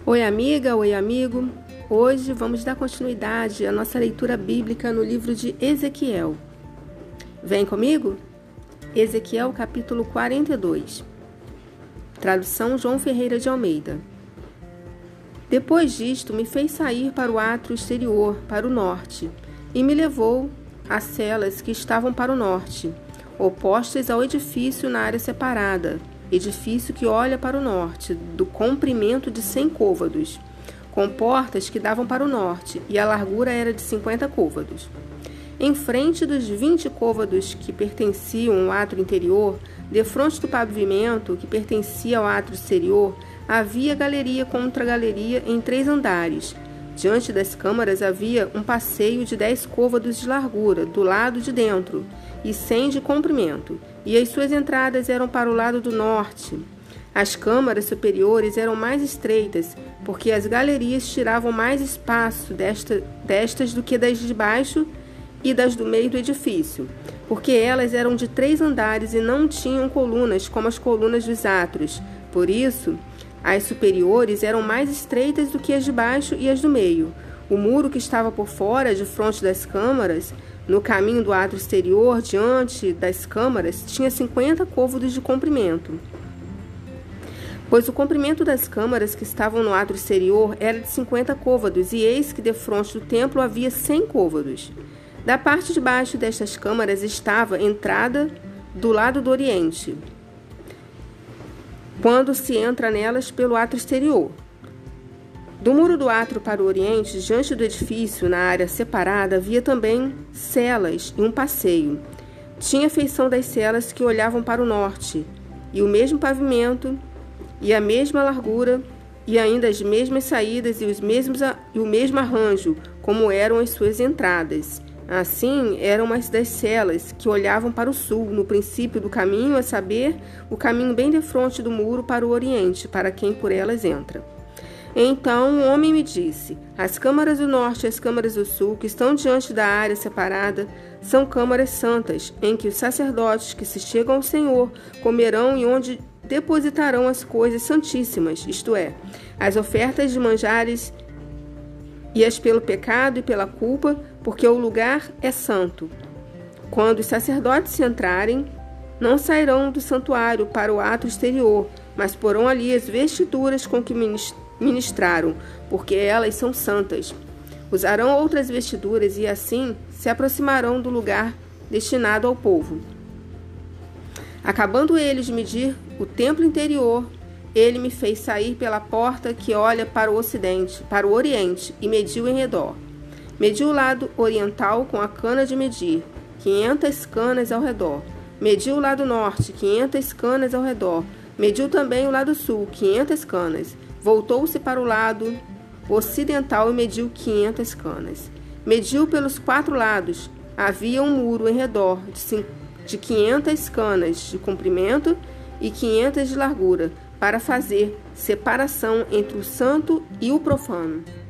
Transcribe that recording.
Oi, amiga, oi, amigo. Hoje vamos dar continuidade à nossa leitura bíblica no livro de Ezequiel. Vem comigo? Ezequiel, capítulo 42. Tradução João Ferreira de Almeida. Depois disto, me fez sair para o átrio exterior, para o norte, e me levou às celas que estavam para o norte, opostas ao edifício na área separada, edifício que olha para o norte, do comprimento de 100 côvados, com portas que davam para o norte, e a largura era de 50 côvados. Em frente dos 20 côvados que pertenciam ao átrio interior, defronte do pavimento que pertencia ao átrio exterior, havia galeria contra galeria em 3 andares. Diante das câmaras havia um passeio de 10 côvados de largura, do lado de dentro, e 100 de comprimento, e as suas entradas eram para o lado do norte. As câmaras superiores eram mais estreitas, porque as galerias tiravam mais espaço destas do que das de baixo e das do meio do edifício, porque elas eram de 3 andares e não tinham colunas como as colunas dos átrios. Por isso, as superiores eram mais estreitas do que as de baixo e as do meio. O muro que estava por fora, de frente das câmaras, no caminho do átrio exterior, diante das câmaras, tinha 50 côvados de comprimento. Pois o comprimento das câmaras que estavam no átrio exterior era de 50 côvados, e eis que defronte do templo havia 100 côvados. Da parte de baixo destas câmaras estava a entrada do lado do oriente, quando se entra nelas pelo átrio exterior. Do muro do átrio para o oriente, diante do edifício, na área separada, havia também celas e um passeio. Tinha feição das celas que olhavam para o norte, e o mesmo pavimento, e a mesma largura, e ainda as mesmas saídas e o mesmo arranjo, como eram as suas entradas. Assim eram as das celas que olhavam para o sul, no princípio do caminho, a saber, o caminho bem defronte do muro para o oriente, para quem por elas entra. Então um homem me disse: as câmaras do norte e as câmaras do sul, que estão diante da área separada, são câmaras santas, em que os sacerdotes que se chegam ao Senhor comerão e onde depositarão as coisas santíssimas, isto é, as ofertas de manjares e as pelo pecado e pela culpa, porque o lugar é santo. Quando os sacerdotes entrarem, não sairão do santuário para o átrio exterior, mas porão ali as vestiduras com que ministraram, porque elas são santas. Usarão outras vestiduras e assim se aproximarão do lugar destinado ao povo. Acabando ele de medir o templo interior, ele me fez sair pela porta que olha para o oriente, e mediu em redor. Mediu o lado oriental com a cana de medir, 500 canas ao redor. Mediu o lado norte, 500 canas ao redor. Mediu também o lado sul, 500 canas. Voltou-se para o lado ocidental e mediu 500 canas. Mediu pelos 4 lados. Havia um muro em redor de 500 canas de comprimento e 500 de largura, para fazer separação entre o santo e o profano.